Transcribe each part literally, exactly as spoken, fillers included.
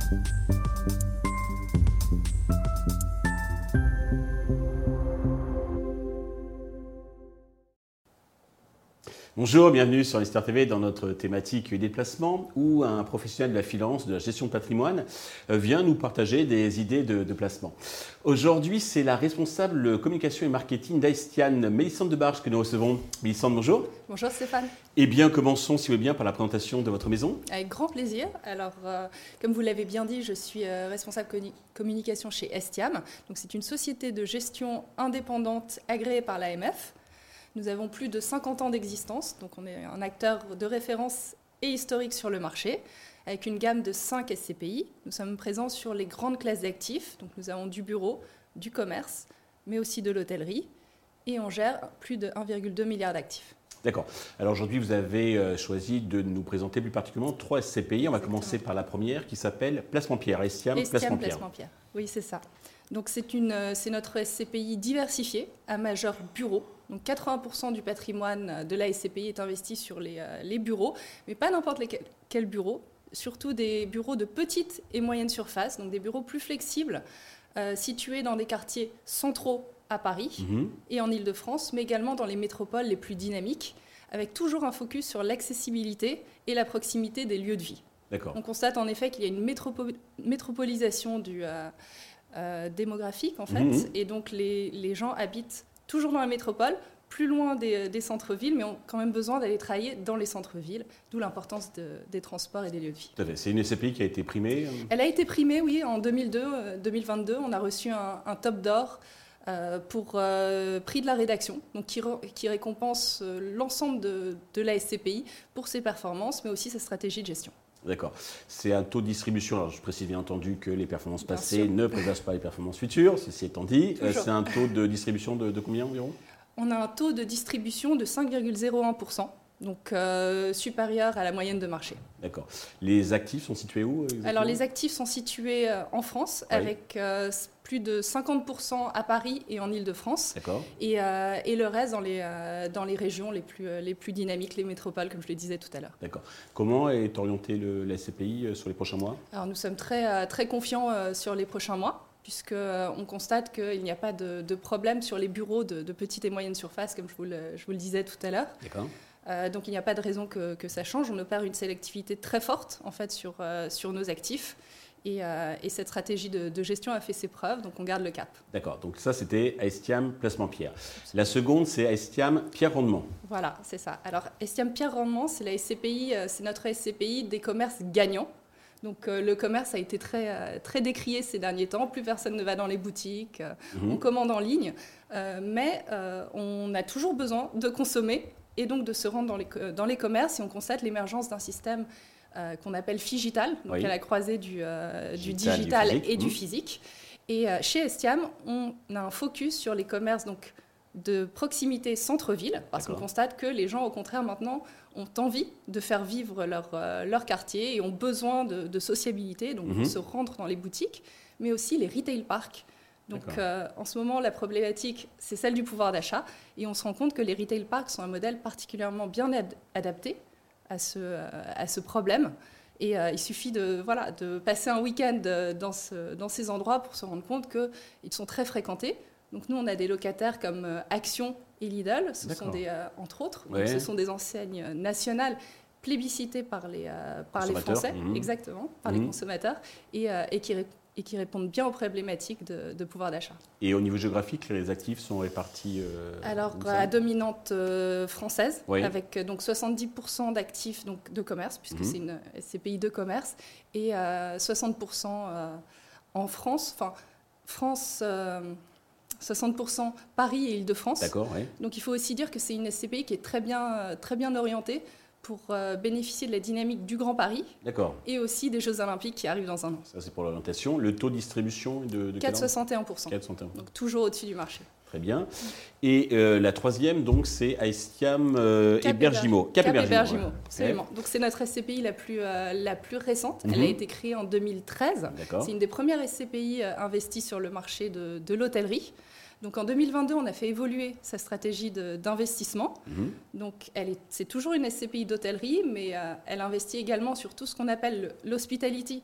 Bonjour, bienvenue sur Investir T V dans notre thématique déplacement où un professionnel de la finance, de la gestion de patrimoine vient nous partager des idées de, de placement. Aujourd'hui, c'est la responsable communication et marketing d'Aestiam, Mélissande Debarge, que nous recevons. Mélissande, bonjour. Bonjour Stéphane. Eh bien, commençons, si vous voulez bien, par la présentation de votre maison. Avec grand plaisir. Alors, euh, comme vous l'avez bien dit, je suis euh, responsable co- communication chez Aestiam. Donc, c'est une société de gestion indépendante agréée par l'A M F. Nous avons plus de cinquante ans d'existence, donc on est un acteur de référence et historique sur le marché, avec une gamme de cinq S C P I. Nous sommes présents sur les grandes classes d'actifs, donc nous avons du bureau, du commerce, mais aussi de l'hôtellerie, et on gère plus de un virgule deux milliard d'actifs. D'accord. Alors aujourd'hui, vous avez choisi de nous présenter plus particulièrement trois S C P I. On va Exactement. Commencer par la première qui s'appelle Placement Pierre. Aestiam, Aestiam Placement Pierre. Placement Pierre. Oui, c'est ça. Donc c'est, une, c'est notre S C P I diversifié à majeur bureau. Donc quatre-vingts pour cent du patrimoine de la S C P I est investi sur les, euh, les bureaux, mais pas n'importe lesquels, quels bureaux, surtout des bureaux de petite et moyenne surface, donc des bureaux plus flexibles, euh, situés dans des quartiers centraux à Paris mmh. et en Île-de-France, mais également dans les métropoles les plus dynamiques, avec toujours un focus sur l'accessibilité et la proximité des lieux de vie. D'accord. On constate en effet qu'il y a une métropo- métropolisation du, euh, euh, démographique, en fait, mmh. et donc les, les gens habitent toujours dans la métropole, plus loin des, des centres-villes, mais ont quand même besoin d'aller travailler dans les centres-villes, d'où l'importance de, des transports et des lieux de vie. Tout à fait. C'est une S C P I qui a été primée. Elle a été primée, oui, en deux mille deux, euh, deux mille vingt-deux. On a reçu un, un top d'or euh, pour euh, prix de la rédaction, donc qui, re, qui récompense euh, l'ensemble de, de la S C P I pour ses performances, mais aussi sa stratégie de gestion. D'accord. C'est un taux de distribution. Alors, je précise bien entendu que les performances bien passées sûr. Ne présagent pas les performances futures, ceci étant dit. Euh, c'est un taux de distribution de, de combien environ ? On a un taux de distribution de cinq virgule zéro un pour cent, donc euh, supérieur à la moyenne de marché. D'accord. Les actifs sont situés où exactement ? Alors, les actifs sont situés euh, en France, oui. avec euh, plus de cinquante pour cent à Paris et en Île-de-France. D'accord. Et, euh, et le reste dans les, euh, dans les régions les plus, les plus dynamiques, les métropoles, comme je le disais tout à l'heure. D'accord. Comment est orienté le, la S C P I sur les prochains mois ? Alors, nous sommes très, très confiants euh, sur les prochains mois, puisqu'on euh, constate qu'il n'y a pas de, de problème sur les bureaux de, de petite et moyenne surface, comme je vous le, je vous le disais tout à l'heure. D'accord. Euh, donc il n'y a pas de raison que, que ça change. On opère une sélectivité très forte en fait, sur, euh, sur nos actifs. Et, euh, et cette stratégie de, de gestion a fait ses preuves, donc on garde le cap. D'accord, donc ça c'était Aestiam Placement Pierre. La seconde c'est Aestiam Pierre Rendement. Voilà, c'est ça. Alors Aestiam Pierre Rendement, c'est la S C P I, c'est notre S C P I des commerces gagnants. Donc euh, le commerce a été très, euh, très décrié ces derniers temps. Plus personne ne va dans les boutiques, euh, mmh. on commande en ligne. Euh, mais euh, on a toujours besoin de consommer et donc de se rendre dans les, dans les commerces. Et on constate l'émergence d'un système euh, qu'on appelle Figital, donc oui. à la croisée du, euh, du digital, du et mmh. du physique. Et euh, chez Aestiam, on a un focus sur les commerces donc, de proximité centre-ville, parce D'accord. qu'on constate que les gens, au contraire, maintenant, ont envie de faire vivre leur, euh, leur quartier et ont besoin de, de sociabilité, donc mmh. de se rendre dans les boutiques, mais aussi les retail parks. Donc euh, en ce moment, la problématique, c'est celle du pouvoir d'achat, et on se rend compte que les retail parks sont un modèle particulièrement bien ad- adapté à ce, euh, à ce problème. Et euh, il suffit de, voilà, de passer un week-end dans, ce, dans ces endroits pour se rendre compte qu'ils sont très fréquentés. Donc nous, on a des locataires comme euh, Action et Lidl, ce D'accord. sont des, euh, entre autres, ouais. donc ce sont des enseignes nationales plébiscitées par les, euh, par les Français, mmh. exactement, par mmh. les consommateurs, et, euh, et, qui, et qui répondent bien aux problématiques de, de pouvoir d'achat. Et au niveau géographique, les actifs sont répartis euh, Alors, à dominante euh, française, oui. avec donc, soixante-dix pour cent d'actifs donc, de commerce, puisque mmh. c'est une S C P I de commerce, et euh, soixante pour cent euh, en France, enfin, France... Euh, soixante pour cent Paris et Île-de-France. D'accord, oui. Donc il faut aussi dire que c'est une S C P I qui est très bien, très bien orientée pour euh, bénéficier de la dynamique du Grand Paris. D'accord. Et aussi des Jeux Olympiques qui arrivent dans un an. Ça c'est pour l'orientation. Le taux de distribution est de, de quatre virgule soixante et un pour cent. quatre virgule soixante et un pour cent. Donc toujours au-dessus du marché. Très bien. Et euh, la troisième, donc, c'est Aestiam euh, et Bergimo. Cap et Bergimo, ouais. absolument. Ouais. Donc c'est notre S C P I la plus, euh, la plus récente. Mm-hmm. Elle a été créée en deux mille treize. D'accord. C'est une des premières S C P I euh, investies sur le marché de, de l'hôtellerie. Donc en deux mille vingt-deux, on a fait évoluer sa stratégie de, d'investissement. Mmh. Donc elle est, c'est toujours une S C P I d'hôtellerie, mais euh, elle investit également sur tout ce qu'on appelle l'hospitality.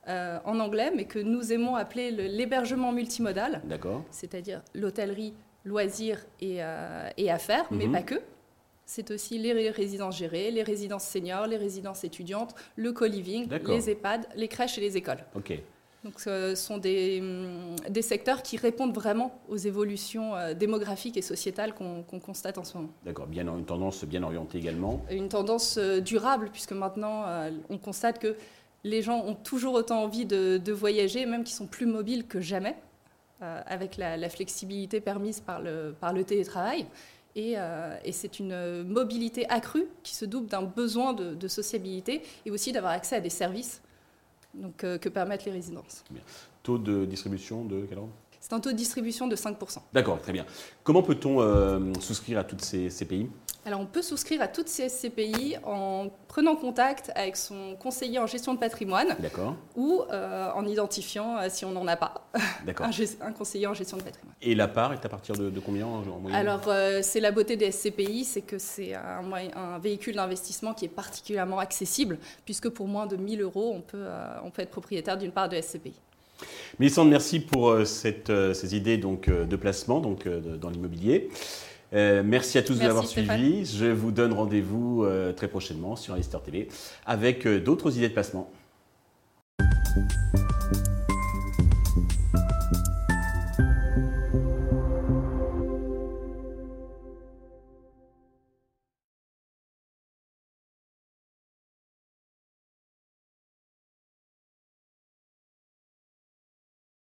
euh, en anglais, mais que nous aimons appeler le, l'hébergement multimodal. D'accord. C'est-à-dire l'hôtellerie, loisirs et, euh, et affaires, mm-hmm. mais pas que. C'est aussi les résidences gérées, les résidences seniors, les résidences étudiantes, le co-living, D'accord. les EHPAD, les crèches et les écoles. Ok. Donc, ce sont des, des secteurs qui répondent vraiment aux évolutions euh, démographiques et sociétales qu'on, qu'on constate en ce moment. D'accord, bien, une tendance bien orientée également. Une tendance euh, durable, puisque maintenant, euh, on constate que les gens ont toujours autant envie de, de voyager, même qu'ils sont plus mobiles que jamais, euh, avec la, la flexibilité permise par le, par le télétravail. Et, euh, et c'est une mobilité accrue qui se double d'un besoin de, de sociabilité et aussi d'avoir accès à des services donc, euh, que permettent les résidences. Bien. Taux de distribution de quel ordre ? C'est un taux de distribution de cinq pour cent. D'accord, très bien. Comment peut-on euh, souscrire à toutes ces, ces pays ? Alors, on peut souscrire à toutes ces S C P I en prenant contact avec son conseiller en gestion de patrimoine. D'accord. Ou euh, en identifiant, euh, si on n'en a pas, un, un conseiller en gestion de patrimoine. Et la part est à partir de, de combien en, en moyenne ? Alors, euh, c'est la beauté des S C P I, c'est que c'est un, un véhicule d'investissement qui est particulièrement accessible, puisque pour moins de mille euros, on peut, euh, on peut être propriétaire d'une part de S C P I. Mélissandre, merci pour euh, cette, euh, ces idées donc, euh, de placement donc, euh, de, dans l'immobilier. Euh, merci à tous merci de l'avoir Stéphane. suivi. Je vous donne rendez-vous euh, très prochainement sur Investor T V avec euh, d'autres idées de placement.